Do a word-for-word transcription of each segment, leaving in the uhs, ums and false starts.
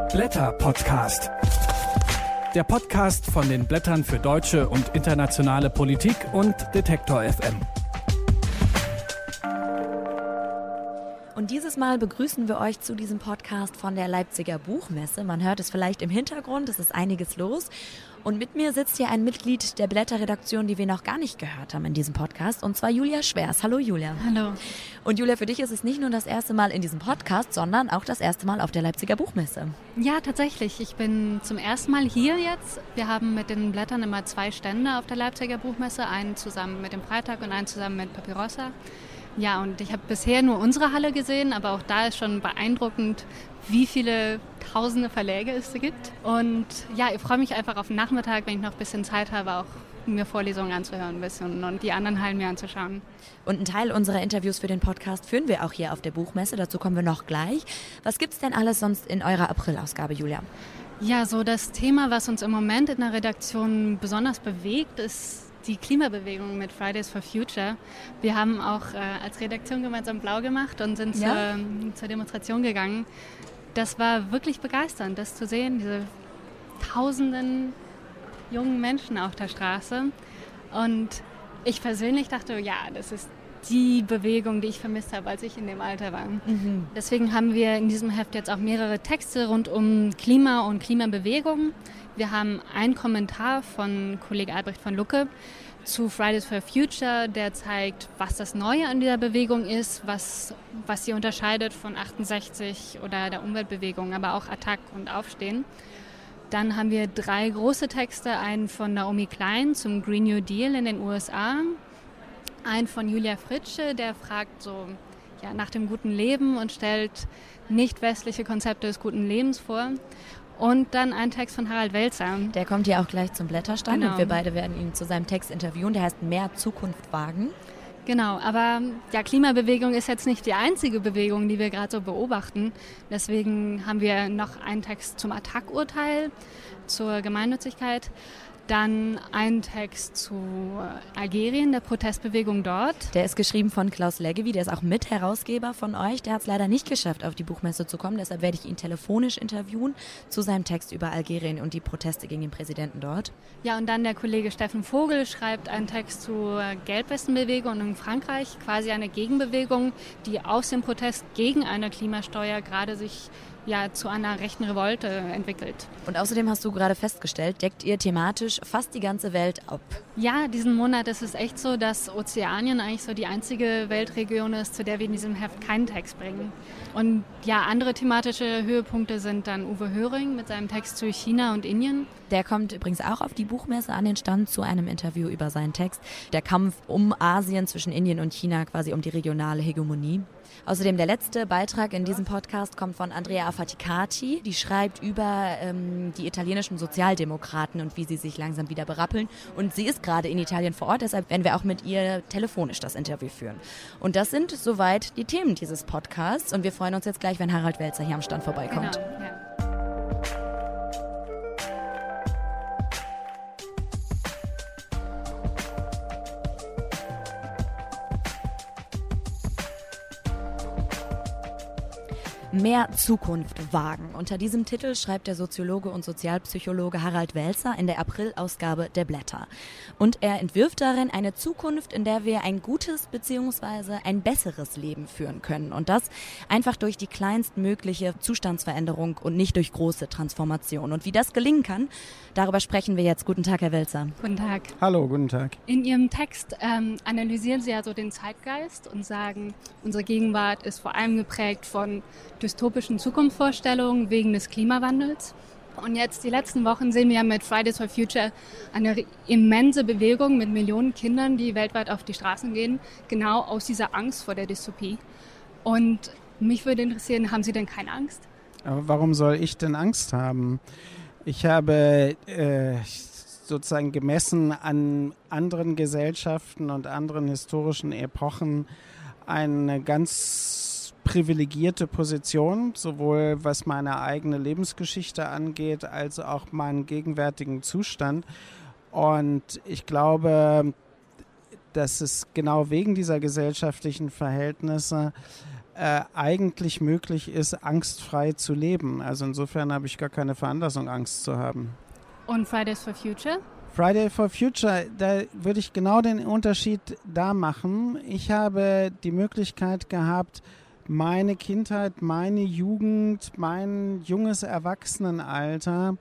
Blätter-Podcast. Der Podcast von den Blättern für deutsche und internationale Politik und Detektor F M. Und dieses Mal begrüßen wir euch zu diesem Podcast von der Leipziger Buchmesse. Man hört es vielleicht im Hintergrund, es ist einiges los. Und mit mir sitzt hier ein Mitglied der Blätterredaktion, die wir noch gar nicht gehört haben in diesem Podcast, und zwar Julia Schwers. Hallo Julia. Hallo. Und Julia, für dich ist es nicht nur das erste Mal in diesem Podcast, sondern auch das erste Mal auf der Leipziger Buchmesse. Ja, tatsächlich. Ich bin zum ersten Mal hier jetzt. Wir haben mit den Blättern immer zwei Stände auf der Leipziger Buchmesse, einen zusammen mit dem Freitag und einen zusammen mit Papyrossa. Ja, und ich habe bisher nur unsere Halle gesehen, aber auch da ist schon beeindruckend, wie viele tausende Verläge es gibt. Und ja, ich freue mich einfach auf den Nachmittag, wenn ich noch ein bisschen Zeit habe, auch mir Vorlesungen anzuhören ein bisschen und die anderen Hallen mir anzuschauen. Und einen Teil unserer Interviews für den Podcast führen wir auch hier auf der Buchmesse, dazu kommen wir noch gleich. Was gibt's denn alles sonst in eurer Aprilausgabe, Julia? Ja, so das Thema, was uns im Moment in der Redaktion besonders bewegt, ist die Klimabewegung mit Fridays for Future. Wir haben auch äh, als Redaktion gemeinsam blau gemacht und sind ja. zur, zur Demonstration gegangen. Das war wirklich begeisternd, das zu sehen, diese tausenden jungen Menschen auf der Straße. Und ich persönlich dachte, ja, das ist die Bewegung, die ich vermisst habe, als ich in dem Alter war. Mhm. Deswegen haben wir in diesem Heft jetzt auch mehrere Texte rund um Klima und Klimabewegung. Wir haben einen Kommentar von Kollege Albrecht von Lucke zu Fridays for Future, der zeigt, was das Neue an dieser Bewegung ist, was, was sie unterscheidet von achtundsechzig oder der Umweltbewegung, aber auch Attac und Aufstehen. Dann haben wir drei große Texte, einen von Naomi Klein zum Green New Deal in den U S A, einen von Julia Fritsche, der fragt so ja, nach dem guten Leben und stellt nicht westliche Konzepte des guten Lebens vor. Und dann ein Text von Harald Welzer. Der kommt hier auch gleich zum Blätterstand, genau. Und wir beide werden ihn zu seinem Text interviewen. Der heißt Mehr Zukunft wagen. Genau, aber ja, Klimabewegung ist jetzt nicht die einzige Bewegung, die wir gerade so beobachten. Deswegen haben wir noch einen Text zum Attac-Urteil, zur Gemeinnützigkeit. Dann ein Text zu Algerien, der Protestbewegung dort. Der ist geschrieben von Klaus Leggevi, der ist auch Mitherausgeber von euch. Der hat es leider nicht geschafft, auf die Buchmesse zu kommen. Deshalb werde ich ihn telefonisch interviewen zu seinem Text über Algerien und die Proteste gegen den Präsidenten dort. Ja, und dann der Kollege Steffen Vogel schreibt einen Text zur Gelbwestenbewegung in Frankreich. Quasi eine Gegenbewegung, die aus dem Protest gegen eine Klimasteuer gerade sich ja zu einer rechten Revolte entwickelt. Und außerdem hast du gerade festgestellt, deckt ihr thematisch fast die ganze Welt ab. Ja, diesen Monat ist es echt so, dass Ozeanien eigentlich so die einzige Weltregion ist, zu der wir in diesem Heft keinen Text bringen. Und ja, andere thematische Höhepunkte sind dann Uwe Höring mit seinem Text zu China und Indien. Der kommt übrigens auch auf die Buchmesse an den Stand zu einem Interview über seinen Text. Der Kampf um Asien zwischen Indien und China, quasi um die regionale Hegemonie. Außerdem der letzte Beitrag in diesem Podcast kommt von Andrea Affaticati. Die schreibt über ähm, die italienischen Sozialdemokraten und wie sie sich langsam wieder berappeln. Und sie ist gerade in Italien vor Ort, deshalb werden wir auch mit ihr telefonisch das Interview führen. Und das sind soweit die Themen dieses Podcasts. Und wir freuen uns jetzt gleich, wenn Harald Welzer hier am Stand vorbeikommt. Genau, ja. Mehr Zukunft wagen. Unter diesem Titel schreibt der Soziologe und Sozialpsychologe Harald Welzer in der Aprilausgabe der Blätter. Und er entwirft darin eine Zukunft, in der wir ein gutes bzw. ein besseres Leben führen können. Und das einfach durch die kleinstmögliche Zustandsveränderung und nicht durch große Transformation. Und wie das gelingen kann, darüber sprechen wir jetzt. Guten Tag, Herr Welzer. Guten Tag. Hallo, guten Tag. In Ihrem Text ähm, analysieren Sie ja so den Zeitgeist und sagen, unsere Gegenwart ist vor allem geprägt von dystopischen Zukunftsvorstellungen wegen des Klimawandels. Und jetzt die letzten Wochen sehen wir ja mit Fridays for Future eine immense Bewegung mit Millionen Kindern, die weltweit auf die Straßen gehen, genau aus dieser Angst vor der Dystopie. Und mich würde interessieren, haben Sie denn keine Angst? Aber warum soll ich denn Angst haben? Ich habe äh, sozusagen gemessen an anderen Gesellschaften und anderen historischen Epochen eine ganz privilegierte Position, sowohl was meine eigene Lebensgeschichte angeht, als auch meinen gegenwärtigen Zustand. Und ich glaube, dass es genau wegen dieser gesellschaftlichen Verhältnisse äh, eigentlich möglich ist, angstfrei zu leben. Also insofern habe ich gar keine Veranlassung, Angst zu haben. Und Fridays for Future? Friday for Future, da würde ich genau den Unterschied da machen. Ich habe die Möglichkeit gehabt, meine Kindheit, meine Jugend, mein junges Erwachsenenalter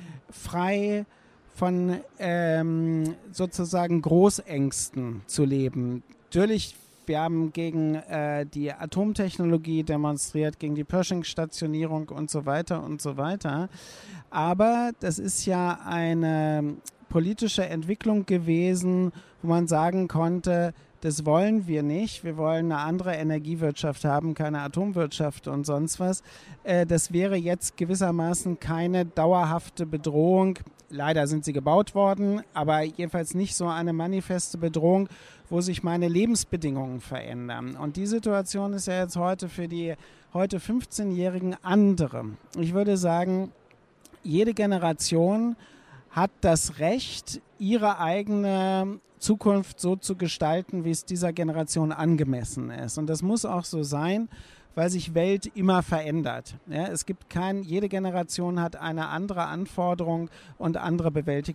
frei von ähm, sozusagen Großängsten zu leben. Natürlich, wir haben gegen äh, die Atomtechnologie demonstriert, gegen die Pershing-Stationierung und so weiter und so weiter. Aber das ist ja eine politische Entwicklung gewesen, wo man sagen konnte, das wollen wir nicht. Wir wollen eine andere Energiewirtschaft haben, keine Atomwirtschaft und sonst was. Äh, das wäre jetzt gewissermaßen keine dauerhafte Bedrohung. Leider sind sie gebaut worden, aber jedenfalls nicht so eine manifeste Bedrohung, wo sich meine Lebensbedingungen verändern. Und die Situation ist ja jetzt heute für die heute fünfzehnjährigen andere. Ich würde sagen, jede Generation hat das Recht, ihre eigene Zukunft so zu gestalten, wie es dieser Generation angemessen ist. Und das muss auch so sein, weil sich Welt immer verändert. Ja, es gibt kein, jede Generation hat eine andere Anforderung und andere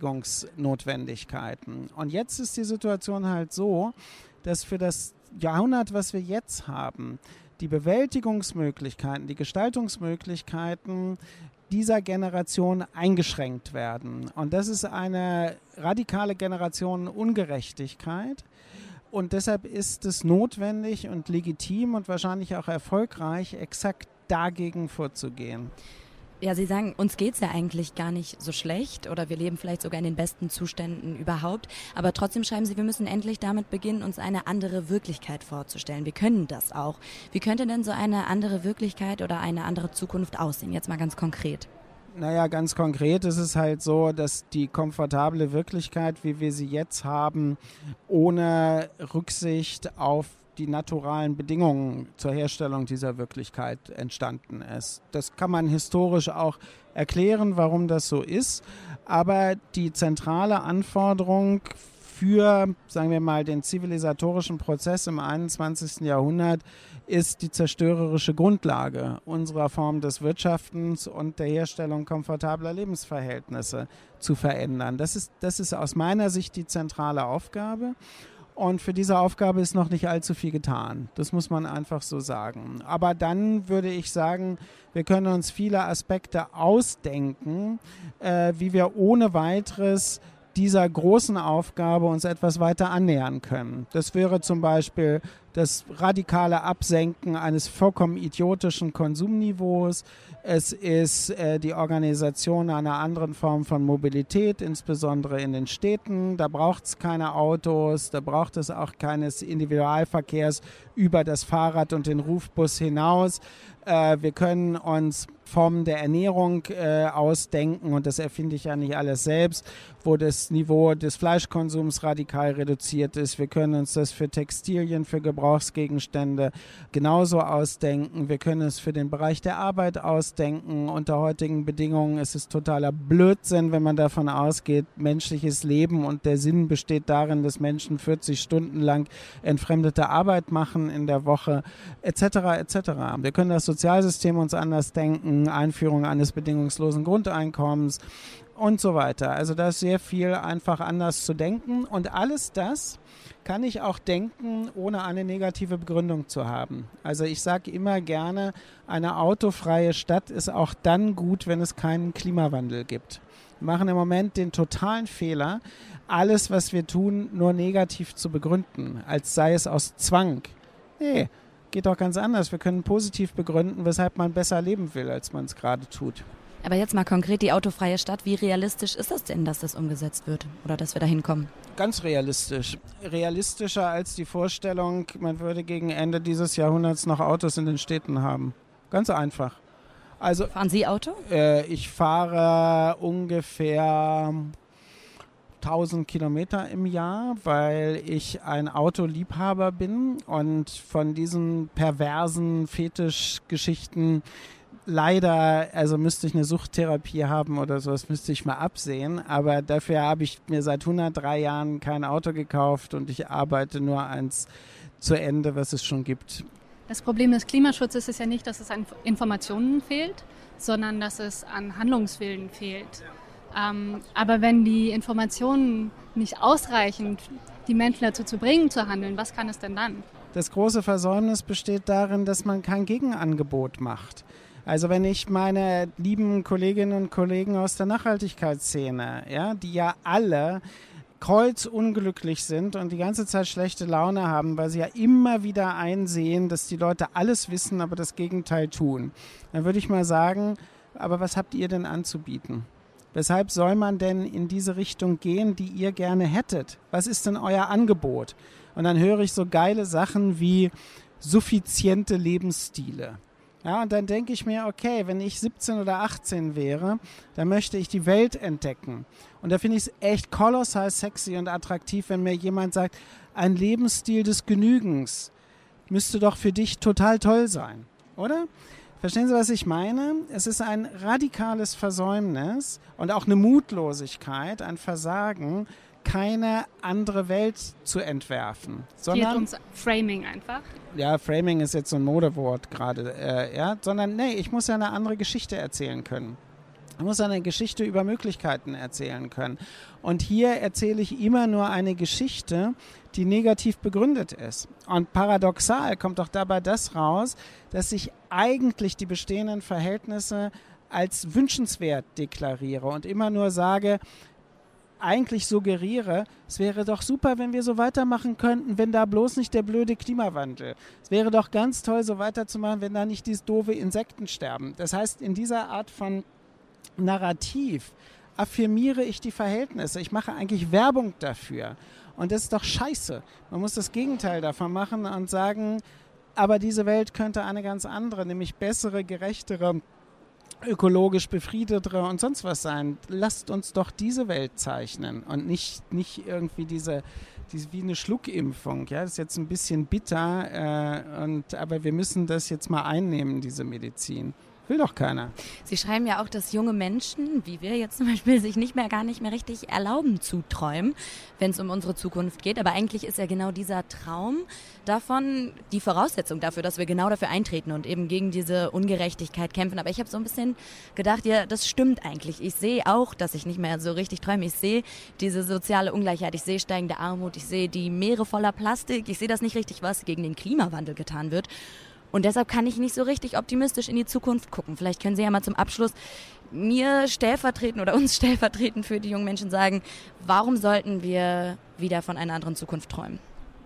Bewältigungsnotwendigkeiten. Und jetzt ist die Situation halt so, dass für das Jahrhundert, was wir jetzt haben, die Bewältigungsmöglichkeiten, die Gestaltungsmöglichkeiten dieser Generation eingeschränkt werden. Und das ist eine radikale Generationenungerechtigkeit. Und deshalb ist es notwendig und legitim und wahrscheinlich auch erfolgreich, exakt dagegen vorzugehen. Ja, Sie sagen, uns geht's ja eigentlich gar nicht so schlecht oder wir leben vielleicht sogar in den besten Zuständen überhaupt. Aber trotzdem schreiben Sie, wir müssen endlich damit beginnen, uns eine andere Wirklichkeit vorzustellen. Wir können das auch. Wie könnte denn so eine andere Wirklichkeit oder eine andere Zukunft aussehen? Jetzt mal ganz konkret. Naja, ganz konkret ist es halt so, dass die komfortable Wirklichkeit, wie wir sie jetzt haben, ohne Rücksicht auf die naturalen Bedingungen zur Herstellung dieser Wirklichkeit entstanden ist. Das kann man historisch auch erklären, warum das so ist. Aber die zentrale Anforderung für, sagen wir mal, den zivilisatorischen Prozess im einundzwanzigsten Jahrhundert ist die zerstörerische Grundlage unserer Form des Wirtschaftens und der Herstellung komfortabler Lebensverhältnisse zu verändern. Das ist, das ist aus meiner Sicht die zentrale Aufgabe. Und für diese Aufgabe ist noch nicht allzu viel getan. Das muss man einfach so sagen. Aber dann würde ich sagen, wir können uns viele Aspekte ausdenken, äh, wie wir ohne weiteres dieser großen Aufgabe uns etwas weiter annähern können. Das wäre zum Beispiel das radikale Absenken eines vollkommen idiotischen Konsumniveaus. Es ist äh, die Organisation einer anderen Form von Mobilität, insbesondere in den Städten. Da braucht es keine Autos, da braucht es auch keines Individualverkehrs über das Fahrrad und den Rufbus hinaus. Äh, wir können uns Formen der Ernährung äh, ausdenken, und das erfinde ich ja nicht alles selbst, wo das Niveau des Fleischkonsums radikal reduziert ist. Wir können uns das für Textilien, für Gebrauchsgegenstände genauso ausdenken. Wir können es für den Bereich der Arbeit ausdenken. Unter heutigen Bedingungen ist es totaler Blödsinn, wenn man davon ausgeht, menschliches Leben und der Sinn besteht darin, dass Menschen vierzig Stunden lang entfremdete Arbeit machen in der Woche, et cetera et cetera. Wir können das Sozialsystem uns anders denken, Einführung eines bedingungslosen Grundeinkommens und so weiter. Also da ist sehr viel einfach anders zu denken, und alles das kann ich auch denken, ohne eine negative Begründung zu haben. Also ich sage immer gerne, eine autofreie Stadt ist auch dann gut, wenn es keinen Klimawandel gibt. Wir machen im Moment den totalen Fehler, alles, was wir tun, nur negativ zu begründen, als sei es aus Zwang. Nee, geht doch ganz anders. Wir können positiv begründen, weshalb man besser leben will, als man es gerade tut. Aber jetzt mal konkret die autofreie Stadt. Wie realistisch ist das denn, dass das umgesetzt wird oder dass wir da hinkommen? Ganz realistisch. Realistischer als die Vorstellung, man würde gegen Ende dieses Jahrhunderts noch Autos in den Städten haben. Ganz einfach. Also, fahren Sie Auto? Äh, ich fahre ungefähr tausend Kilometer im Jahr, weil ich ein Autoliebhaber bin und von diesen perversen Fetischgeschichten leider, also müsste ich eine Suchttherapie haben oder so, das müsste ich mal absehen, aber dafür habe ich mir seit hundertdrei Jahren kein Auto gekauft und ich arbeite nur eins zu Ende, was es schon gibt. Das Problem des Klimaschutzes ist ja nicht, dass es an Informationen fehlt, sondern dass es an Handlungswillen fehlt. Ähm, aber wenn die Informationen nicht ausreichen, die Menschen dazu zu bringen, zu handeln, was kann es denn dann? Das große Versäumnis besteht darin, dass man kein Gegenangebot macht. Also wenn ich meine lieben Kolleginnen und Kollegen aus der Nachhaltigkeitsszene, ja, die ja alle kreuzunglücklich sind und die ganze Zeit schlechte Laune haben, weil sie ja immer wieder einsehen, dass die Leute alles wissen, aber das Gegenteil tun, dann würde ich mal sagen, aber was habt ihr denn anzubieten? Weshalb soll man denn in diese Richtung gehen, die ihr gerne hättet? Was ist denn euer Angebot? Und dann höre ich so geile Sachen wie suffiziente Lebensstile. Ja, und dann denke ich mir, okay, wenn ich siebzehn oder achtzehn wäre, dann möchte ich die Welt entdecken. Und da finde ich es echt kolossal sexy und attraktiv, wenn mir jemand sagt, ein Lebensstil des Genügens müsste doch für dich total toll sein, oder? Verstehen Sie, was ich meine? Es ist ein radikales Versäumnis und auch eine Mutlosigkeit, ein Versagen, keine andere Welt zu entwerfen. Sondern geht uns Framing einfach? Ja, Framing ist jetzt so ein Modewort gerade. Äh, ja, sondern nee, ich muss ja eine andere Geschichte erzählen können. Ich muss eine Geschichte über Möglichkeiten erzählen können. Und hier erzähle ich immer nur eine Geschichte, die negativ begründet ist. Und paradoxal kommt doch dabei das raus, dass ich eigentlich die bestehenden Verhältnisse als wünschenswert deklariere und immer nur sage, eigentlich suggeriere, es wäre doch super, wenn wir so weitermachen könnten, wenn da bloß nicht der blöde Klimawandel. Es wäre doch ganz toll, so weiterzumachen, wenn da nicht dieses doofe Insektensterben. Das heißt, in dieser Art von Narrativ affirmiere ich die Verhältnisse. Ich mache eigentlich Werbung dafür. Und das ist doch scheiße. Man muss das Gegenteil davon machen und sagen, aber diese Welt könnte eine ganz andere, nämlich bessere, gerechtere, ökologisch befriedetere und sonst was sein. Lasst uns doch diese Welt zeichnen und nicht, nicht irgendwie diese, diese wie eine Schluckimpfung. Ja, das ist jetzt ein bisschen bitter, äh, und, aber wir müssen das jetzt mal einnehmen, diese Medizin. Will doch keiner. Sie schreiben ja auch, dass junge Menschen, wie wir jetzt zum Beispiel, sich nicht mehr gar nicht mehr richtig erlauben zu träumen, wenn es um unsere Zukunft geht. Aber eigentlich ist ja genau dieser Traum davon die Voraussetzung dafür, dass wir genau dafür eintreten und eben gegen diese Ungerechtigkeit kämpfen. Aber ich habe so ein bisschen gedacht, ja, das stimmt eigentlich. Ich sehe auch, dass ich nicht mehr so richtig träume. Ich sehe diese soziale Ungleichheit, ich sehe steigende Armut, ich sehe die Meere voller Plastik. Ich sehe das nicht richtig, was gegen den Klimawandel getan wird. Und deshalb kann ich nicht so richtig optimistisch in die Zukunft gucken. Vielleicht können Sie ja mal zum Abschluss mir stellvertretend oder uns stellvertretend für die jungen Menschen sagen, warum sollten wir wieder von einer anderen Zukunft träumen?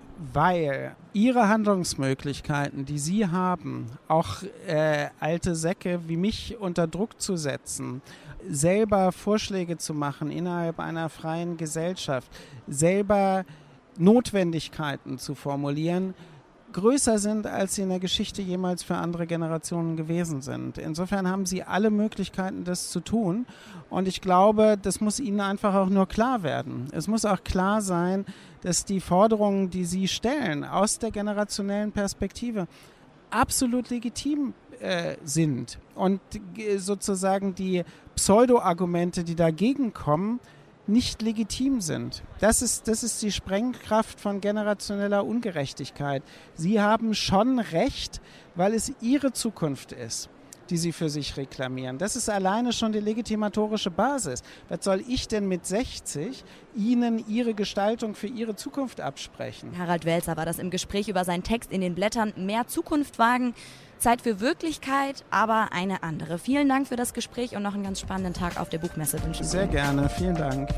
Weil Ihre Handlungsmöglichkeiten, die Sie haben, auch äh, alte Säcke wie mich unter Druck zu setzen, selber Vorschläge zu machen innerhalb einer freien Gesellschaft, selber Notwendigkeiten zu formulieren, größer sind, als sie in der Geschichte jemals für andere Generationen gewesen sind. Insofern haben sie alle Möglichkeiten, das zu tun. Und ich glaube, das muss ihnen einfach auch nur klar werden. Es muss auch klar sein, dass die Forderungen, die sie stellen, aus der generationellen Perspektive absolut legitim äh, sind. Und äh, sozusagen die Pseudo-Argumente, die dagegen kommen, nicht legitim sind. Das ist, das ist die Sprengkraft von generationeller Ungerechtigkeit. Sie haben schon recht, weil es ihre Zukunft ist, die sie für sich reklamieren. Das ist alleine schon die legitimatorische Basis. Was soll ich denn mit sechzig Ihnen Ihre Gestaltung für Ihre Zukunft absprechen? Harald Welzer war das im Gespräch über seinen Text in den Blättern Mehr Zukunft wagen. Zeit für Wirklichkeit, aber eine andere. Vielen Dank für das Gespräch und noch einen ganz spannenden Tag auf der Buchmesse wünschen. Sehr gerne, vielen Dank.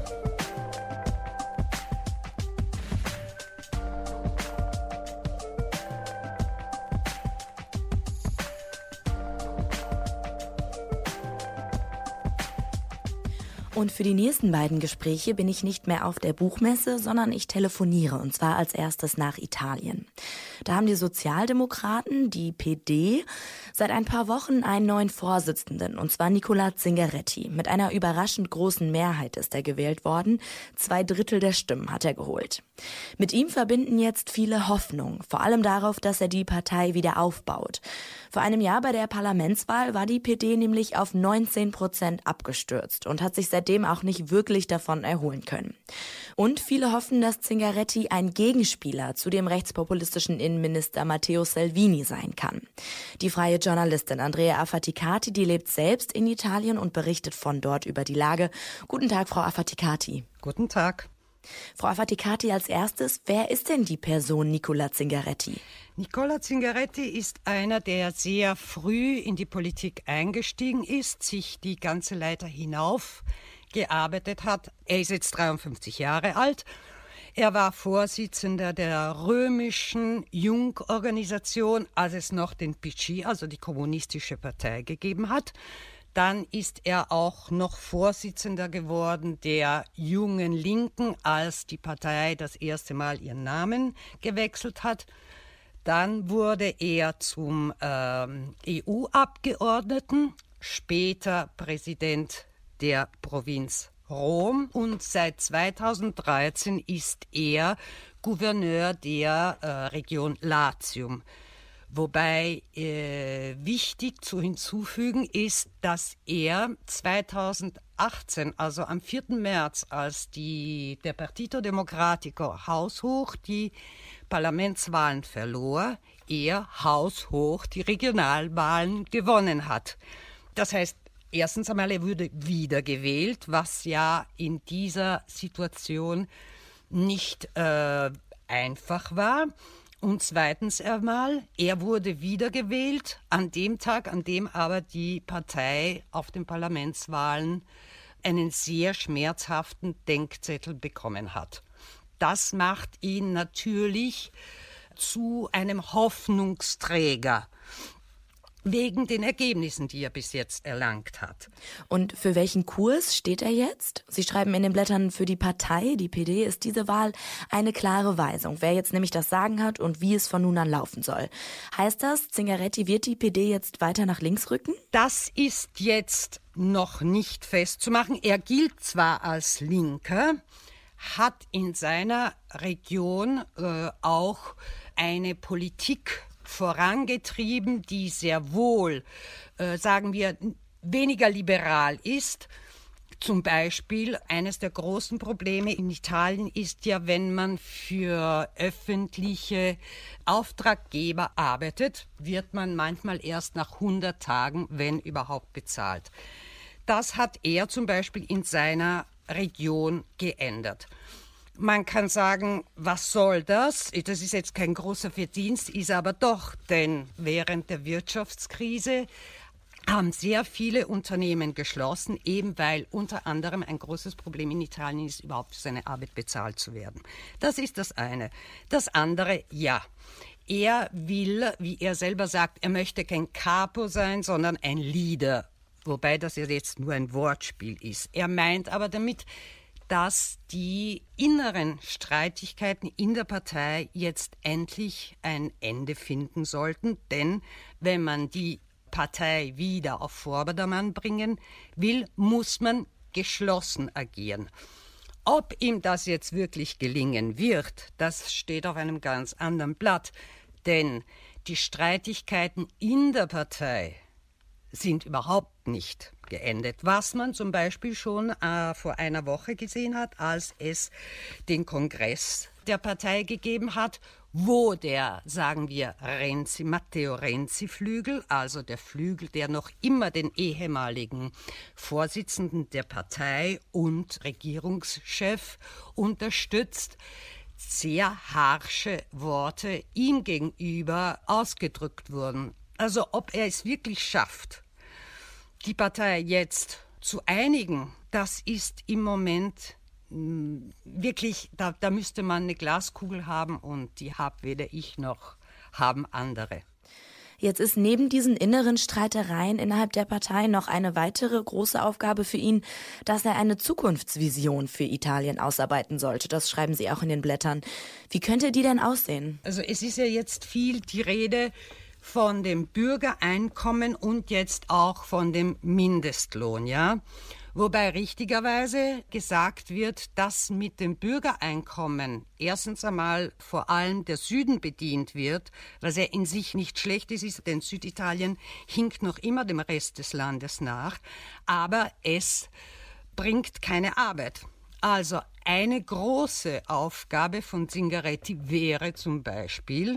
Und für die nächsten beiden Gespräche bin ich nicht mehr auf der Buchmesse, sondern ich telefoniere, und zwar als erstes nach Italien. Da haben die Sozialdemokraten, die P D, seit ein paar Wochen einen neuen Vorsitzenden, und zwar Nicola Zingaretti. Mit einer überraschend großen Mehrheit ist er gewählt worden. Zwei Drittel der Stimmen hat er geholt. Mit ihm verbinden jetzt viele Hoffnung, vor allem darauf, dass er die Partei wieder aufbaut. Vor einem Jahr bei der Parlamentswahl war die P D nämlich auf neunzehn Prozent abgestürzt und hat sich seitdem auch nicht wirklich davon erholen können. Und viele hoffen, dass Zingaretti ein Gegenspieler zu dem rechtspopulistischen Innenminister Matteo Salvini sein kann. Die freie Journalistin Andrea Affaticati, die lebt selbst in Italien und berichtet von dort über die Lage. Guten Tag, Frau Affaticati. Guten Tag. Frau Affaticati, als erstes, wer ist denn die Person Nicola Zingaretti? Nicola Zingaretti ist einer, der sehr früh in die Politik eingestiegen ist, sich die ganze Leiter hinauf gearbeitet hat. Er ist jetzt dreiundfünfzig Jahre alt. Er war Vorsitzender der römischen Jungorganisation, als es noch den P C, also die Kommunistische Partei, gegeben hat. Dann ist er auch noch Vorsitzender geworden der Jungen Linken, als die Partei das erste Mal ihren Namen gewechselt hat. Dann wurde er zum ähm, E U-Abgeordneten, später Präsident der Provinz Rom und seit zweitausenddreizehn ist er Gouverneur der äh, Region Latium. Wobei äh, wichtig zu hinzufügen ist, dass er zweitausendachtzehn, also am vierten März, als die, der Partito Democratico haushoch die Parlamentswahlen verlor, er haushoch die Regionalwahlen gewonnen hat. Das heißt, erstens einmal, er wurde wiedergewählt, was ja in dieser Situation nicht äh, einfach war. Und zweitens einmal, er wurde wiedergewählt an dem Tag, an dem aber die Partei auf den Parlamentswahlen einen sehr schmerzhaften Denkzettel bekommen hat. Das macht ihn natürlich zu einem Hoffnungsträger wegen den Ergebnissen, die er bis jetzt erlangt hat. Und für welchen Kurs steht er jetzt? Sie schreiben in den Blättern, für die Partei, die P D, ist diese Wahl eine klare Weisung, wer jetzt nämlich das Sagen hat und wie es von nun an laufen soll. Heißt das, Zingaretti wird die P D jetzt weiter nach links rücken? Das ist jetzt noch nicht festzumachen. Er gilt zwar als Linker, hat in seiner Region äh, auch eine Politik vorangetrieben, die sehr wohl, äh, sagen wir, weniger liberal ist. Zum Beispiel eines der großen Probleme in Italien ist ja, wenn man für öffentliche Auftraggeber arbeitet, wird man manchmal erst nach hundert Tagen, wenn überhaupt, bezahlt. Das hat er zum Beispiel in seiner Region geändert. Man kann sagen, was soll das? Das ist jetzt kein großer Verdienst, ist aber doch, denn während der Wirtschaftskrise haben sehr viele Unternehmen geschlossen, eben weil unter anderem ein großes Problem in Italien ist, überhaupt für seine Arbeit bezahlt zu werden. Das ist das eine. Das andere, ja. Er will, wie er selber sagt, er möchte kein Capo sein, sondern ein Leader. Wobei das ja jetzt nur ein Wortspiel ist. Er meint aber damit, dass die inneren Streitigkeiten in der Partei jetzt endlich ein Ende finden sollten. Denn wenn man die Partei wieder auf Vordermann bringen will, muss man geschlossen agieren. Ob ihm das jetzt wirklich gelingen wird, das steht auf einem ganz anderen Blatt. Denn die Streitigkeiten in der Partei sind überhaupt nicht geendet. Was man zum Beispiel schon äh, vor einer Woche gesehen hat, als es den Kongress der Partei gegeben hat, wo der, sagen wir, Renzi, Matteo Renzi-Flügel, also der Flügel, der noch immer den ehemaligen Vorsitzenden der Partei und Regierungschef unterstützt, sehr harsche Worte ihm gegenüber ausgedrückt wurden. Also ob er es wirklich schafft, die Partei jetzt zu einigen, das ist im Moment mh, wirklich, da, da müsste man eine Glaskugel haben und die habe weder ich noch haben andere. Jetzt ist neben diesen inneren Streitereien innerhalb der Partei noch eine weitere große Aufgabe für ihn, dass er eine Zukunftsvision für Italien ausarbeiten sollte. Das schreiben Sie auch in den Blättern. Wie könnte die denn aussehen? Also es ist ja jetzt viel die Rede von dem Bürgereinkommen und jetzt auch von dem Mindestlohn, ja. Wobei richtigerweise gesagt wird, dass mit dem Bürgereinkommen erstens einmal vor allem der Süden bedient wird, was ja in sich nicht schlecht ist, denn Süditalien hinkt noch immer dem Rest des Landes nach, aber es bringt keine Arbeit. Also eine große Aufgabe von Zingaretti wäre zum Beispiel,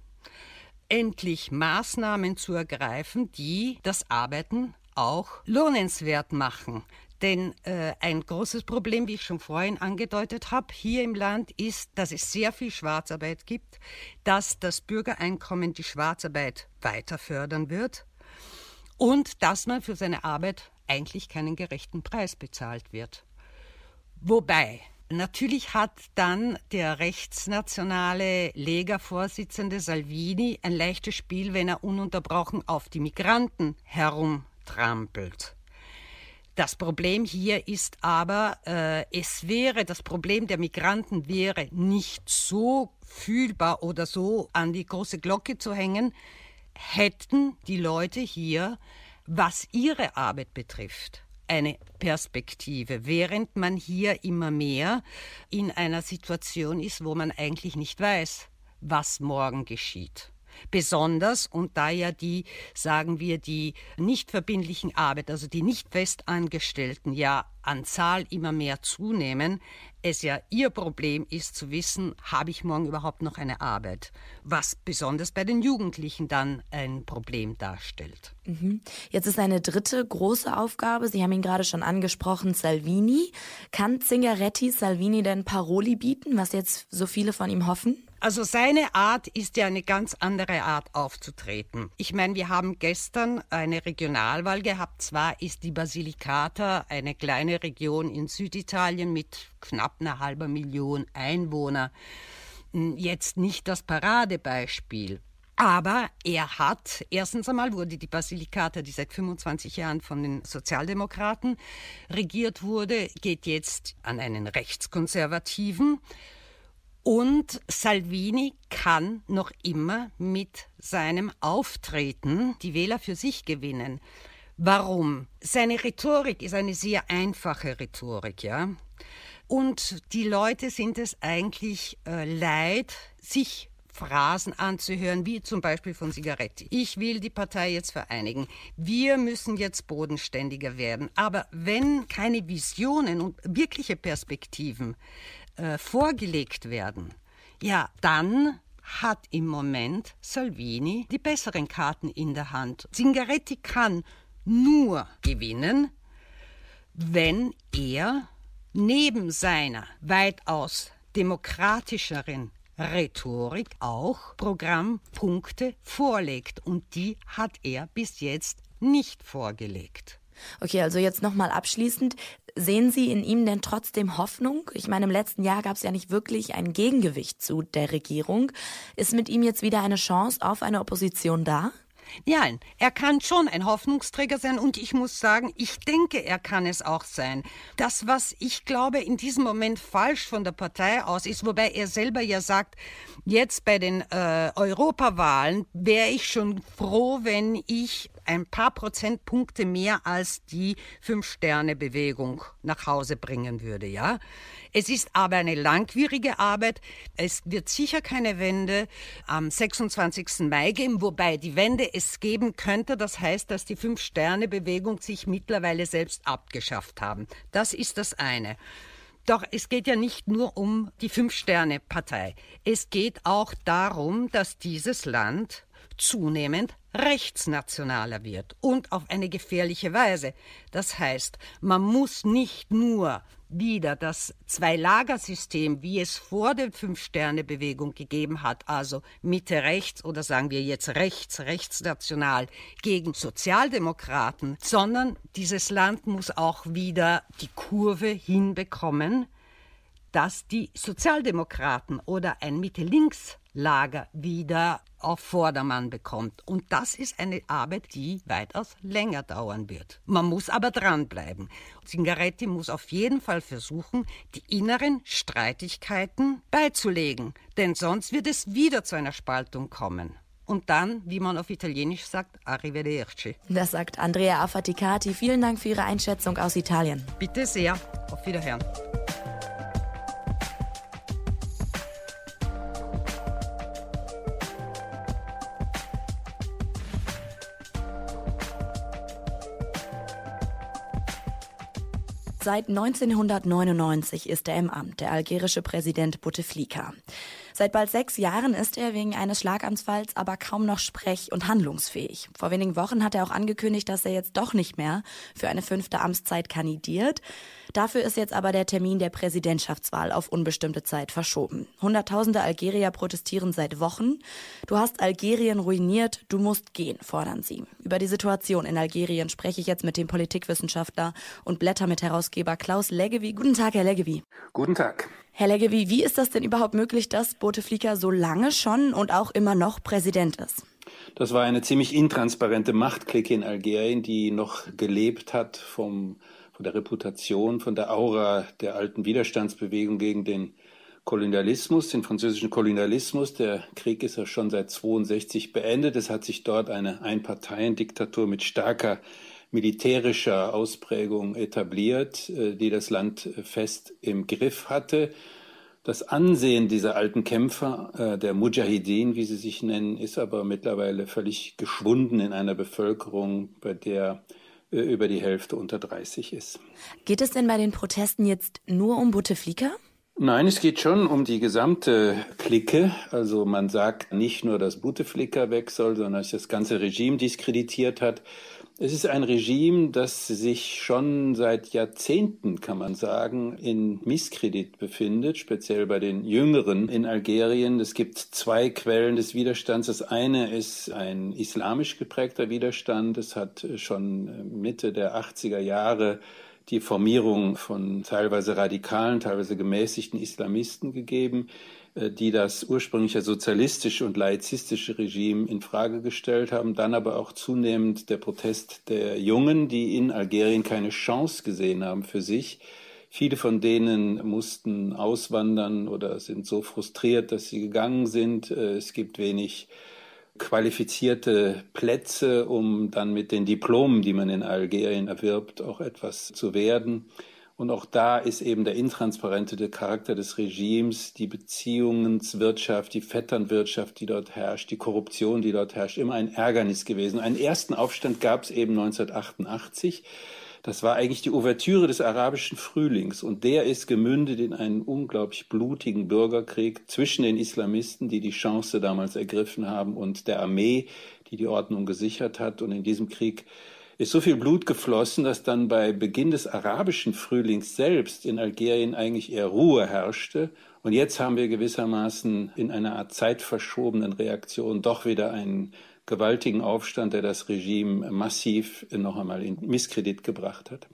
endlich Maßnahmen zu ergreifen, die das Arbeiten auch lohnenswert machen. Denn äh, ein großes Problem, wie ich schon vorhin angedeutet habe, hier im Land ist, dass es sehr viel Schwarzarbeit gibt, dass das Bürgereinkommen die Schwarzarbeit weiter fördern wird und dass man für seine Arbeit eigentlich keinen gerechten Preis bezahlt wird. Wobei, natürlich hat dann der rechtsnationale Lega-Vorsitzende Salvini ein leichtes Spiel, wenn er ununterbrochen auf die Migranten herumtrampelt. Das Problem hier ist aber, äh, es wäre, das Problem der Migranten wäre nicht so fühlbar oder so an die große Glocke zu hängen, hätten die Leute hier, was ihre Arbeit betrifft, eine Perspektive, während man hier immer mehr in einer Situation ist, wo man eigentlich nicht weiß, was morgen geschieht. Besonders, und da ja die, sagen wir, die nicht verbindlichen Arbeit, also die nicht Festangestellten ja an Zahl immer mehr zunehmen, es ja ihr Problem ist zu wissen, habe ich morgen überhaupt noch eine Arbeit, was besonders bei den Jugendlichen dann ein Problem darstellt. Mhm. Jetzt ist eine dritte große Aufgabe, Sie haben ihn gerade schon angesprochen, Salvini. Kann Zingaretti Salvini denn Paroli bieten, was jetzt so viele von ihm hoffen? Also seine Art ist ja eine ganz andere Art aufzutreten. Ich meine, wir haben gestern eine Regionalwahl gehabt. Zwar ist die Basilicata eine kleine Region in Süditalien mit knapp einer halben Million Einwohner. Jetzt nicht das Paradebeispiel. Aber er hat, erstens einmal wurde die Basilicata, die seit fünfundzwanzig Jahren von den Sozialdemokraten regiert wurde, geht jetzt an einen Rechtskonservativen. Und Salvini kann noch immer mit seinem Auftreten die Wähler für sich gewinnen. Warum? Seine Rhetorik ist eine sehr einfache Rhetorik, ja. Und die Leute sind es eigentlich äh, leid, sich Phrasen anzuhören, wie zum Beispiel von Zingaretti. Ich will die Partei jetzt vereinigen. Wir müssen jetzt bodenständiger werden. Aber wenn keine Visionen und wirkliche Perspektiven äh, vorgelegt werden, ja, dann hat im Moment Salvini die besseren Karten in der Hand. Zingaretti kann nur gewinnen, wenn er neben seiner weitaus demokratischeren Rhetorik auch Programmpunkte vorlegt. Und die hat er bis jetzt nicht vorgelegt. Okay, also jetzt nochmal abschließend. Sehen Sie in ihm denn trotzdem Hoffnung? Ich meine, im letzten Jahr gab es ja nicht wirklich ein Gegengewicht zu der Regierung. Ist mit ihm jetzt wieder eine Chance auf eine Opposition da? Nein, er kann schon ein Hoffnungsträger sein und ich muss sagen, ich denke, er kann es auch sein. Das, was ich glaube, in diesem Moment falsch von der Partei aus ist, wobei er selber ja sagt, jetzt bei den äh, Europawahlen wäre ich schon froh, wenn ich ein paar Prozentpunkte mehr als die Fünf-Sterne-Bewegung nach Hause bringen würde, ja. Es ist aber eine langwierige Arbeit. Es wird sicher keine Wende am sechsundzwanzigsten Mai geben, wobei die Wende es geben könnte. Das heißt, dass die Fünf-Sterne-Bewegung sich mittlerweile selbst abgeschafft haben. Das ist das eine. Doch es geht ja nicht nur um die Fünf-Sterne-Partei. Es geht auch darum, dass dieses Land zunehmend rechtsnationaler wird und auf eine gefährliche Weise. Das heißt, man muss nicht nur wieder das Zwei-Lager-System, wie es vor der Fünf-Sterne-Bewegung gegeben hat, also Mitte rechts oder sagen wir jetzt rechts, rechtsnational gegen Sozialdemokraten, sondern dieses Land muss auch wieder die Kurve hinbekommen, dass die Sozialdemokraten oder ein Mitte-Links-Lager wieder auf Vordermann bekommt. Und das ist eine Arbeit, die weitaus länger dauern wird. Man muss aber dranbleiben. Zingaretti muss auf jeden Fall versuchen, die inneren Streitigkeiten beizulegen. Denn sonst wird es wieder zu einer Spaltung kommen. Und dann, wie man auf Italienisch sagt, arrivederci. Das sagt Andrea Affaticati. Vielen Dank für Ihre Einschätzung aus Italien. Bitte sehr. Auf Wiederhören. Seit neunzehnhundertneunundneunzig ist er im Amt, der algerische Präsident Bouteflika. Seit bald sechs Jahren ist er wegen eines Schlaganfalls aber kaum noch sprech- und handlungsfähig. Vor wenigen Wochen hat er auch angekündigt, dass er jetzt doch nicht mehr für eine fünfte Amtszeit kandidiert. Dafür ist jetzt aber der Termin der Präsidentschaftswahl auf unbestimmte Zeit verschoben. Hunderttausende Algerier protestieren seit Wochen. Du hast Algerien ruiniert, du musst gehen, fordern sie. Über die Situation in Algerien spreche ich jetzt mit dem Politikwissenschaftler und Blätter-Mitherausgeber Klaus Leggevi. Guten Tag, Herr Leggevi. Guten Tag. Herr Leggevi, wie ist das denn überhaupt möglich, dass Bouteflika so lange schon und auch immer noch Präsident ist? Das war eine ziemlich intransparente Machtklicke in Algerien, die noch gelebt hat vom, von der Reputation, von der Aura der alten Widerstandsbewegung gegen den Kolonialismus, den französischen Kolonialismus. Der Krieg ist ja schon seit zweiundsechzig beendet. Es hat sich dort eine Einparteiendiktatur mit starker militärischer Ausprägung etabliert, die das Land fest im Griff hatte. Das Ansehen dieser alten Kämpfer, der Mujahideen, wie sie sich nennen, ist aber mittlerweile völlig geschwunden in einer Bevölkerung, bei der über die Hälfte unter dreißig ist. Geht es denn bei den Protesten jetzt nur um Bouteflika? Nein, es geht schon um die gesamte Clique. Also man sagt nicht nur, dass Bouteflika weg soll, sondern dass das ganze Regime diskreditiert hat. Es ist ein Regime, das sich schon seit Jahrzehnten, kann man sagen, in Misskredit befindet, speziell bei den Jüngeren in Algerien. Es gibt zwei Quellen des Widerstands. Das eine ist ein islamisch geprägter Widerstand. Es hat schon Mitte der achtziger Jahre die Formierung von teilweise radikalen, teilweise gemäßigten Islamisten gegeben, die das ursprüngliche sozialistische und laizistische Regime in Frage gestellt haben, dann aber auch zunehmend der Protest der Jungen, die in Algerien keine Chance gesehen haben für sich. Viele von denen mussten auswandern oder sind so frustriert, dass sie gegangen sind. Es gibt wenig qualifizierte Plätze, um dann mit den Diplomen, die man in Algerien erwirbt, auch etwas zu werden. Und auch da ist eben der intransparente Charakter des Regimes, die Beziehungswirtschaft, die Vetternwirtschaft, die dort herrscht, die Korruption, die dort herrscht, immer ein Ärgernis gewesen. Einen ersten Aufstand gab es eben neunzehnhundertachtundachtzig. Das war eigentlich die Ouvertüre des arabischen Frühlings. Und der ist gemündet in einen unglaublich blutigen Bürgerkrieg zwischen den Islamisten, die die Chance damals ergriffen haben, und der Armee, die die Ordnung gesichert hat. Und in diesem Krieg ist so viel Blut geflossen, dass dann bei Beginn des arabischen Frühlings selbst in Algerien eigentlich eher Ruhe herrschte. Und jetzt haben wir gewissermaßen in einer Art zeitverschobenen Reaktion doch wieder einen gewaltigen Aufstand, der das Regime massiv noch einmal in Misskredit gebracht hat.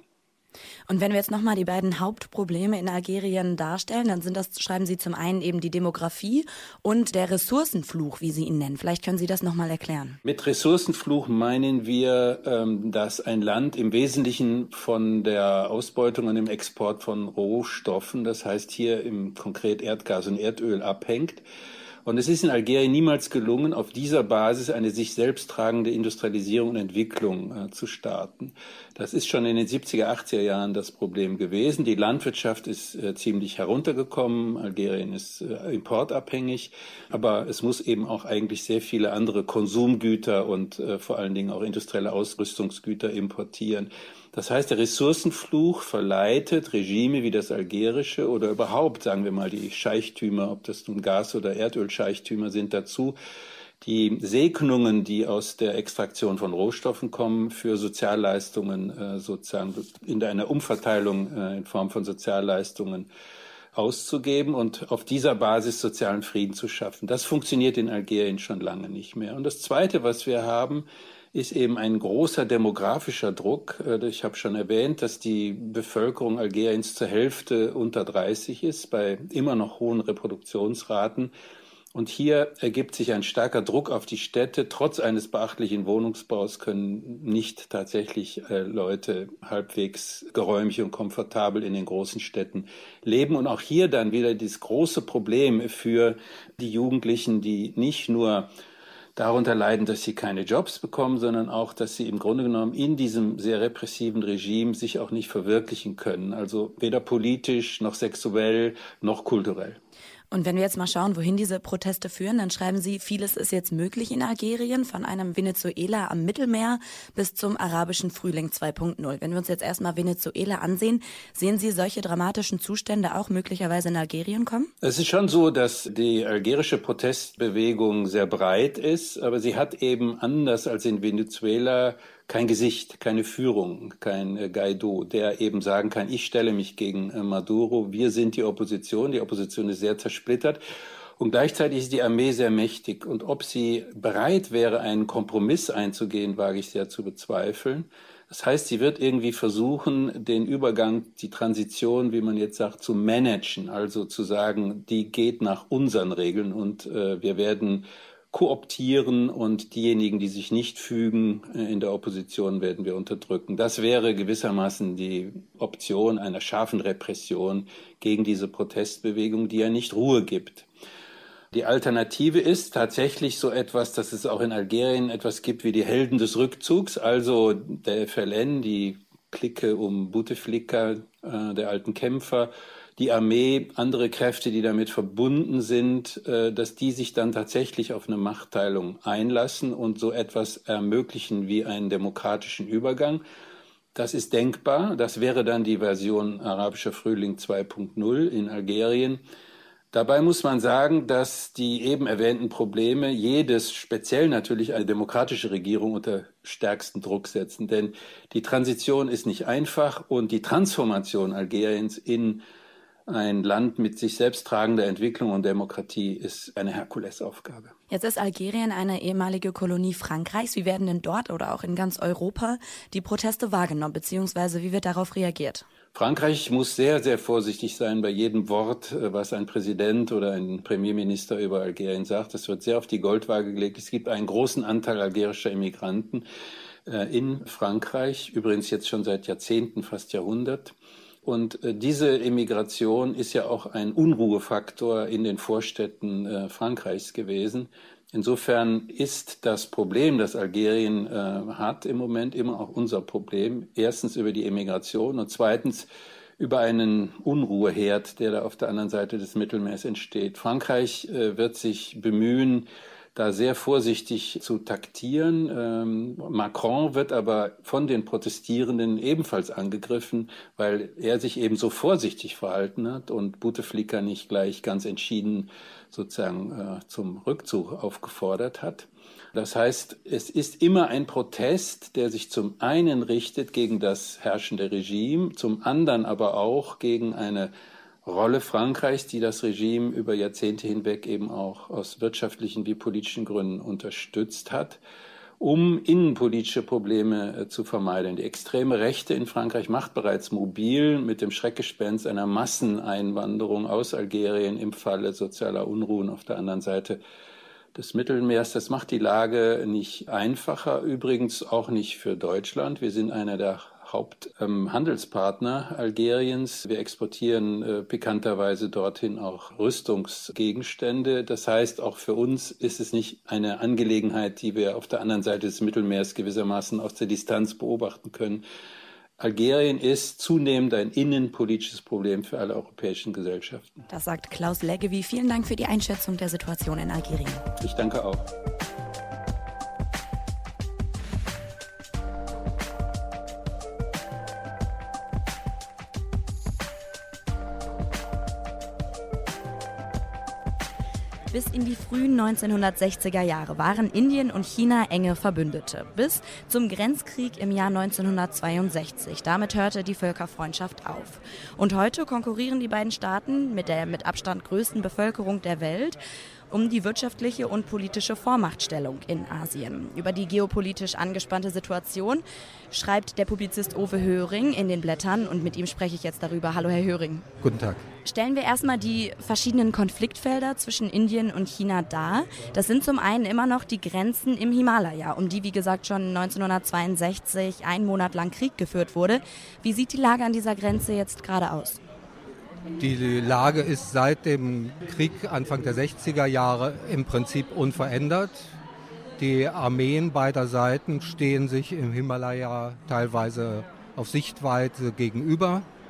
Und wenn wir jetzt nochmal die beiden Hauptprobleme in Algerien darstellen, dann sind das, schreiben Sie, zum einen eben die Demografie und der Ressourcenfluch, wie Sie ihn nennen. Vielleicht können Sie das nochmal erklären. Mit Ressourcenfluch meinen wir, dass ein Land im Wesentlichen von der Ausbeutung und dem Export von Rohstoffen, das heißt hier im konkret Erdgas und Erdöl, abhängt. Und es ist in Algerien niemals gelungen, auf dieser Basis eine sich selbst tragende Industrialisierung und Entwicklung äh, zu starten. Das ist schon in den siebziger, achtziger Jahren das Problem gewesen. Die Landwirtschaft ist äh, ziemlich heruntergekommen. Algerien ist äh, importabhängig. Aber es muss eben auch eigentlich sehr viele andere Konsumgüter und äh, vor allen Dingen auch industrielle Ausrüstungsgüter importieren. Das heißt, der Ressourcenfluch verleitet Regime wie das algerische oder überhaupt, sagen wir mal, die Scheichtümer, ob das nun Gas- oder Erdölscheichtümer sind, dazu, die Segnungen, die aus der Extraktion von Rohstoffen kommen, für Sozialleistungen äh, sozusagen in einer Umverteilung äh, in Form von Sozialleistungen auszugeben und auf dieser Basis sozialen Frieden zu schaffen. Das funktioniert in Algerien schon lange nicht mehr. Und das Zweite, was wir haben, ist eben ein großer demografischer Druck. Ich habe schon erwähnt, dass die Bevölkerung Algeriens zur Hälfte unter dreißig ist, bei immer noch hohen Reproduktionsraten. Und hier ergibt sich ein starker Druck auf die Städte. Trotz eines beachtlichen Wohnungsbaus können nicht tatsächlich äh, Leute halbwegs geräumig und komfortabel in den großen Städten leben. Und auch hier dann wieder dieses große Problem für die Jugendlichen, die nicht nur darunter leiden, dass sie keine Jobs bekommen, sondern auch, dass sie im Grunde genommen in diesem sehr repressiven Regime sich auch nicht verwirklichen können. Also weder politisch noch sexuell noch kulturell. Und wenn wir jetzt mal schauen, wohin diese Proteste führen, dann schreiben Sie, vieles ist jetzt möglich in Algerien, von einem Venezuela am Mittelmeer bis zum arabischen Frühling zwei Punkt null. Wenn wir uns jetzt erstmal Venezuela ansehen, sehen Sie solche dramatischen Zustände auch möglicherweise in Algerien kommen? Es ist schon so, dass die algerische Protestbewegung sehr breit ist, aber sie hat eben anders als in Venezuela kein Gesicht, keine Führung, kein äh, Guaido, der eben sagen kann, ich stelle mich gegen äh, Maduro, wir sind die Opposition, die Opposition ist sehr zersplittert und gleichzeitig ist die Armee sehr mächtig. Und ob sie bereit wäre, einen Kompromiss einzugehen, wage ich sehr zu bezweifeln. Das heißt, sie wird irgendwie versuchen, den Übergang, die Transition, wie man jetzt sagt, zu managen, also zu sagen, die geht nach unseren Regeln und äh, wir werden kooptieren und diejenigen, die sich nicht fügen in der Opposition, werden wir unterdrücken. Das wäre gewissermaßen die Option einer scharfen Repression gegen diese Protestbewegung, die ja nicht Ruhe gibt. Die Alternative ist tatsächlich so etwas, dass es auch in Algerien etwas gibt wie die Helden des Rückzugs, also der F L N, die Clique um Bouteflika, äh, der alten Kämpfer, die Armee, andere Kräfte, die damit verbunden sind, dass die sich dann tatsächlich auf eine Machtteilung einlassen und so etwas ermöglichen wie einen demokratischen Übergang. Das ist denkbar. Das wäre dann die Version arabischer Frühling zwei Punkt null in Algerien. Dabei muss man sagen, dass die eben erwähnten Probleme jedes, speziell natürlich eine demokratische Regierung, unter stärksten Druck setzen. Denn die Transition ist nicht einfach und die Transformation Algeriens in ein Land mit sich selbst tragender Entwicklung und Demokratie ist eine Herkulesaufgabe. Jetzt ist Algerien eine ehemalige Kolonie Frankreichs. Wie werden denn dort oder auch in ganz Europa die Proteste wahrgenommen, beziehungsweise wie wird darauf reagiert? Frankreich muss sehr, sehr vorsichtig sein bei jedem Wort, was ein Präsident oder ein Premierminister über Algerien sagt. Das wird sehr auf die Goldwaage gelegt. Es gibt einen großen Anteil algerischer Immigranten äh, in Frankreich, übrigens jetzt schon seit Jahrzehnten, fast Jahrhundert. Und äh, diese Immigration ist ja auch ein Unruhefaktor in den Vorstädten äh, Frankreichs gewesen. Insofern ist das Problem, das Algerien äh, hat im Moment, immer auch unser Problem. Erstens über die Immigration und zweitens über einen Unruheherd, der da auf der anderen Seite des Mittelmeers entsteht. Frankreich äh, wird sich bemühen, da sehr vorsichtig zu taktieren. Ähm, Macron wird aber von den Protestierenden ebenfalls angegriffen, weil er sich eben so vorsichtig verhalten hat und Bouteflika nicht gleich ganz entschieden sozusagen äh, zum Rückzug aufgefordert hat. Das heißt, es ist immer ein Protest, der sich zum einen richtet gegen das herrschende Regime, zum anderen aber auch gegen eine Rolle Frankreichs, die das Regime über Jahrzehnte hinweg eben auch aus wirtschaftlichen wie politischen Gründen unterstützt hat, um innenpolitische Probleme äh, zu vermeiden. Die extreme Rechte in Frankreich macht bereits mobil mit dem Schreckgespenst einer Masseneinwanderung aus Algerien im Falle sozialer Unruhen auf der anderen Seite des Mittelmeers. Das macht die Lage nicht einfacher, übrigens auch nicht für Deutschland. Wir sind einer der Haupthandelspartner ähm, Algeriens. Wir exportieren äh, pikanterweise dorthin auch Rüstungsgegenstände. Das heißt, auch für uns ist es nicht eine Angelegenheit, die wir auf der anderen Seite des Mittelmeers gewissermaßen aus der Distanz beobachten können. Algerien ist zunehmend ein innenpolitisches Problem für alle europäischen Gesellschaften. Das sagt Klaus Leggevi. Vielen Dank für die Einschätzung der Situation in Algerien. Ich danke auch. Bis in die frühen neunzehnhundertsechziger Jahre waren Indien und China enge Verbündete. Bis zum Grenzkrieg im Jahr neunzehnhundertzweiundsechzig. Damit hörte die Völkerfreundschaft auf. Und heute konkurrieren die beiden Staaten mit der mit Abstand größten Bevölkerung der Welt um die wirtschaftliche und politische Vormachtstellung in Asien. Über die geopolitisch angespannte Situation schreibt der Publizist Uwe Höring in den Blättern und mit ihm spreche ich jetzt darüber. Hallo Herr Höring. Guten Tag. Stellen wir erstmal die verschiedenen Konfliktfelder zwischen Indien und China dar. Das sind zum einen immer noch die Grenzen im Himalaya, um die, wie gesagt, schon neunzehnhundertzweiundsechzig einen Monat lang Krieg geführt wurde. Wie sieht die Lage an dieser Grenze jetzt gerade aus? Die Lage ist seit dem Krieg Anfang der sechziger Jahre im Prinzip unverändert. Die Armeen beider Seiten stehen sich im Himalaya teilweise auf Sichtweite gegenüber.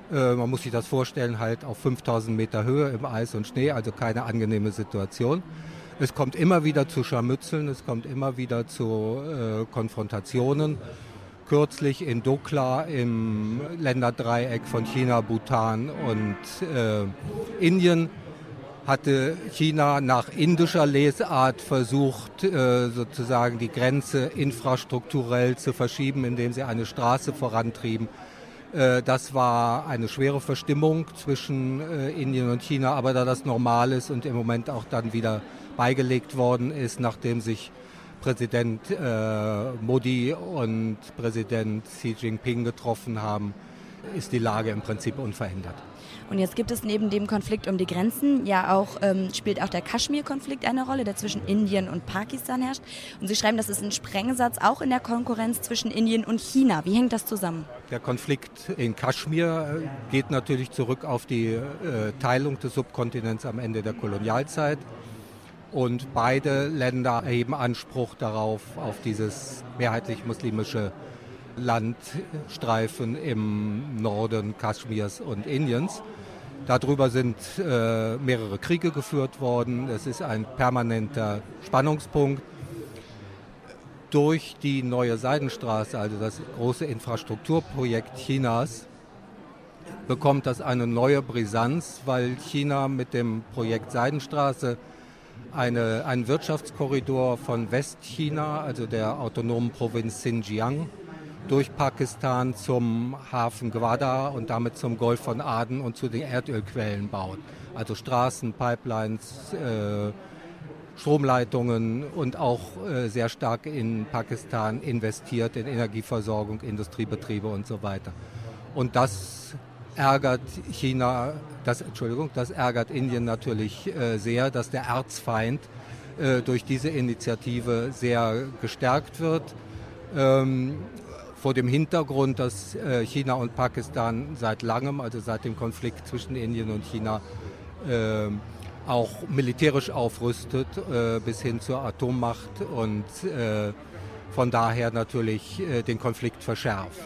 Äh, man muss sich das vorstellen, halt auf fünftausend Meter Höhe im Eis und Schnee, also keine angenehme Situation. Es kommt immer wieder zu Scharmützeln, es kommt immer wieder zu äh, Konfrontationen. Kürzlich in Dokla im Länderdreieck von China, Bhutan und äh, Indien hatte China nach indischer Lesart versucht, äh, sozusagen die Grenze infrastrukturell zu verschieben, indem sie eine Straße vorantrieben. Äh, das war eine schwere Verstimmung zwischen äh, Indien und China, aber da das normal ist und im Moment auch dann wieder beigelegt worden ist, nachdem sich Präsident äh, Modi und Präsident Xi Jinping getroffen haben, ist die Lage im Prinzip unverändert. Und jetzt gibt es neben dem Konflikt um die Grenzen ja auch, ähm, spielt auch der Kaschmir-Konflikt eine Rolle, der zwischen Indien und Pakistan herrscht. Und Sie schreiben, das ist ein Sprengsatz auch in der Konkurrenz zwischen Indien und China. Wie hängt das zusammen? Der Konflikt in Kaschmir geht natürlich zurück auf die äh, Teilung des Subkontinents am Ende der Kolonialzeit. Und beide Länder erheben Anspruch darauf, auf dieses mehrheitlich muslimische Landstreifen im Norden Kaschmirs und Indiens. Darüber sind äh, mehrere Kriege geführt worden. Es ist ein permanenter Spannungspunkt. Durch die neue Seidenstraße, also das große Infrastrukturprojekt Chinas, bekommt das eine neue Brisanz, weil China mit dem Projekt Seidenstraße Eine, einen Wirtschaftskorridor von Westchina, also der autonomen Provinz Xinjiang, durch Pakistan zum Hafen Gwadar und damit zum Golf von Aden und zu den Erdölquellen baut. Also Straßen, Pipelines, äh, Stromleitungen und auch äh, sehr stark in Pakistan investiert, in Energieversorgung, Industriebetriebe und so weiter. Und das ärgert China, das, Entschuldigung, das ärgert Indien natürlich äh, sehr, dass der Erzfeind äh, durch diese Initiative sehr gestärkt wird. Ähm, vor dem Hintergrund, dass äh, China und Pakistan seit langem, also seit dem Konflikt zwischen Indien und China, äh, auch militärisch aufrüstet, äh, bis hin zur Atommacht und äh, von daher natürlich äh, den Konflikt verschärft.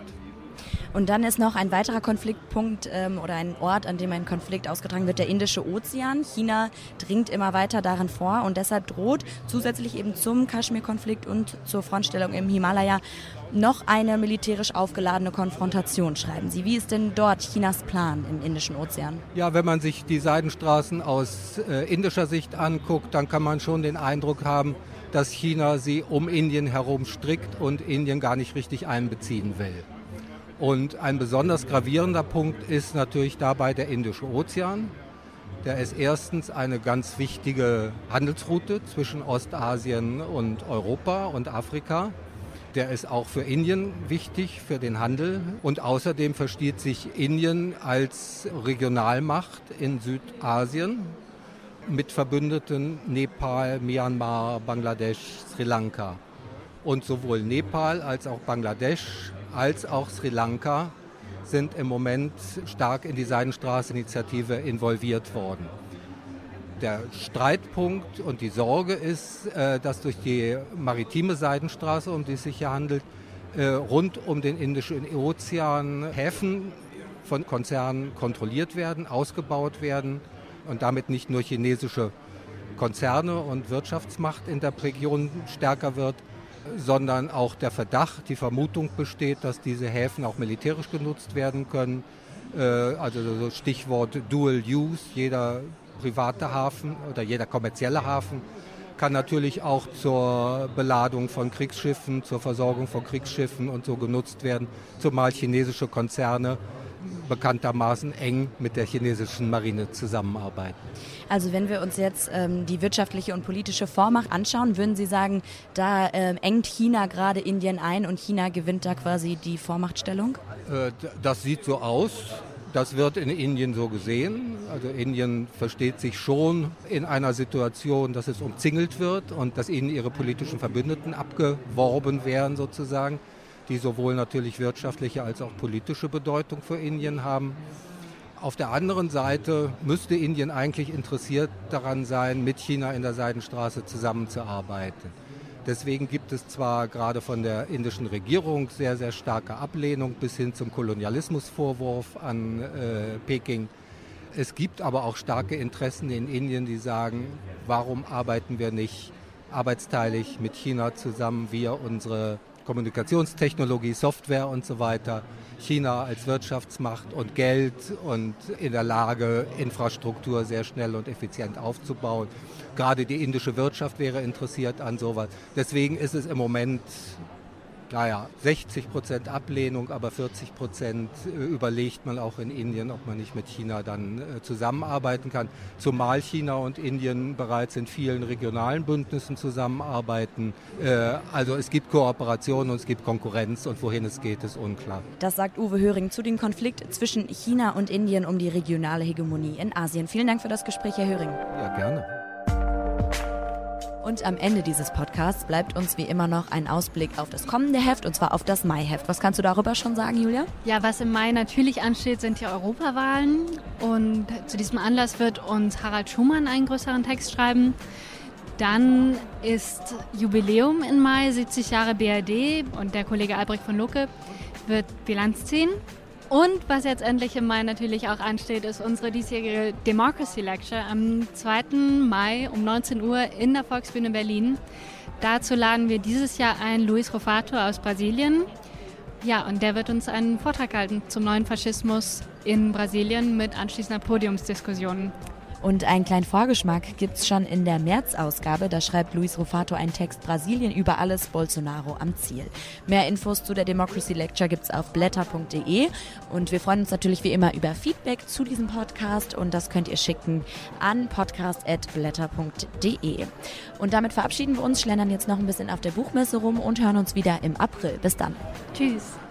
Und dann ist noch ein weiterer Konfliktpunkt ähm, oder ein Ort, an dem ein Konflikt ausgetragen wird, der Indische Ozean. China dringt immer weiter darin vor und deshalb droht zusätzlich eben zum Kaschmir-Konflikt und zur Frontstellung im Himalaya noch eine militärisch aufgeladene Konfrontation, schreiben Sie. Wie ist denn dort Chinas Plan im Indischen Ozean? Ja, wenn man sich die Seidenstraßen aus äh, indischer Sicht anguckt, dann kann man schon den Eindruck haben, dass China sie um Indien herum strickt und Indien gar nicht richtig einbeziehen will. Und ein besonders gravierender Punkt ist natürlich dabei der Indische Ozean. Der ist erstens eine ganz wichtige Handelsroute zwischen Ostasien und Europa und Afrika. Der ist auch für Indien wichtig, für den Handel. Und außerdem versteht sich Indien als Regionalmacht in Südasien mit Verbündeten Nepal, Myanmar, Bangladesch, Sri Lanka. Und sowohl Nepal als auch Bangladesch als auch Sri Lanka sind im Moment stark in die Seidenstraße-Initiative involviert worden. Der Streitpunkt und die Sorge ist, dass durch die maritime Seidenstraße, um die es sich hier handelt, rund um den Indischen Ozean Häfen von Konzernen kontrolliert werden, ausgebaut werden und damit nicht nur chinesische Konzerne und Wirtschaftsmacht in der Region stärker wird, sondern auch der Verdacht, die Vermutung besteht, dass diese Häfen auch militärisch genutzt werden können. Also so Stichwort Dual Use, jeder private Hafen oder jeder kommerzielle Hafen kann natürlich auch zur Beladung von Kriegsschiffen, zur Versorgung von Kriegsschiffen und so genutzt werden, zumal chinesische Konzerne bekanntermaßen eng mit der chinesischen Marine zusammenarbeiten. Also wenn wir uns jetzt ähm, die wirtschaftliche und politische Vormacht anschauen, würden Sie sagen, da äh, engt China gerade Indien ein und China gewinnt da quasi die Vormachtstellung? Äh, das sieht so aus. Das wird in Indien so gesehen. Also Indien versteht sich schon in einer Situation, dass es umzingelt wird und dass ihnen ihre politischen Verbündeten abgeworben werden sozusagen, die sowohl natürlich wirtschaftliche als auch politische Bedeutung für Indien haben. Auf der anderen Seite müsste Indien eigentlich interessiert daran sein, mit China in der Seidenstraße zusammenzuarbeiten. Deswegen gibt es zwar gerade von der indischen Regierung sehr, sehr starke Ablehnung bis hin zum Kolonialismusvorwurf an äh, Peking. Es gibt aber auch starke Interessen in Indien, die sagen, warum arbeiten wir nicht arbeitsteilig mit China zusammen, wir unsere Kommunikationstechnologie, Software und so weiter. China als Wirtschaftsmacht und Geld und in der Lage, Infrastruktur sehr schnell und effizient aufzubauen. Gerade die indische Wirtschaft wäre interessiert an sowas. Deswegen ist es im Moment, naja, sechzig Prozent Ablehnung, aber vierzig Prozent überlegt man auch in Indien, ob man nicht mit China dann zusammenarbeiten kann. Zumal China und Indien bereits in vielen regionalen Bündnissen zusammenarbeiten. Also es gibt Kooperation und es gibt Konkurrenz und wohin es geht, ist unklar. Das sagt Uwe Höring zu dem Konflikt zwischen China und Indien um die regionale Hegemonie in Asien. Vielen Dank für das Gespräch, Herr Höring. Ja, gerne. Und am Ende dieses Podcasts bleibt uns wie immer noch ein Ausblick auf das kommende Heft, und zwar auf das Mai-Heft. Was kannst du darüber schon sagen, Julia? Ja, was im Mai natürlich ansteht, sind die Europawahlen. Und zu diesem Anlass wird uns Harald Schumann einen größeren Text schreiben. Dann ist Jubiläum im Mai, siebzig Jahre B R D, und der Kollege Albrecht von Lucke wird Bilanz ziehen. Und was jetzt endlich im Mai natürlich auch ansteht, ist unsere diesjährige Democracy Lecture am zweiten Mai um neunzehn Uhr in der Volksbühne Berlin. Dazu laden wir dieses Jahr ein Luis Rufato aus Brasilien. Ja, und der wird uns einen Vortrag halten zum neuen Faschismus in Brasilien mit anschließender Podiumsdiskussion. Und einen kleinen Vorgeschmack gibt's schon in der März-Ausgabe. Da schreibt Luis Rufato einen Text Brasilien über alles, Bolsonaro am Ziel. Mehr Infos zu der Democracy Lecture gibt's auf blätter punkt de. Und wir freuen uns natürlich wie immer über Feedback zu diesem Podcast. Und das könnt ihr schicken an podcast at blätter punkt de. Und damit verabschieden wir uns, schlendern jetzt noch ein bisschen auf der Buchmesse rum und hören uns wieder im April. Bis dann. Tschüss.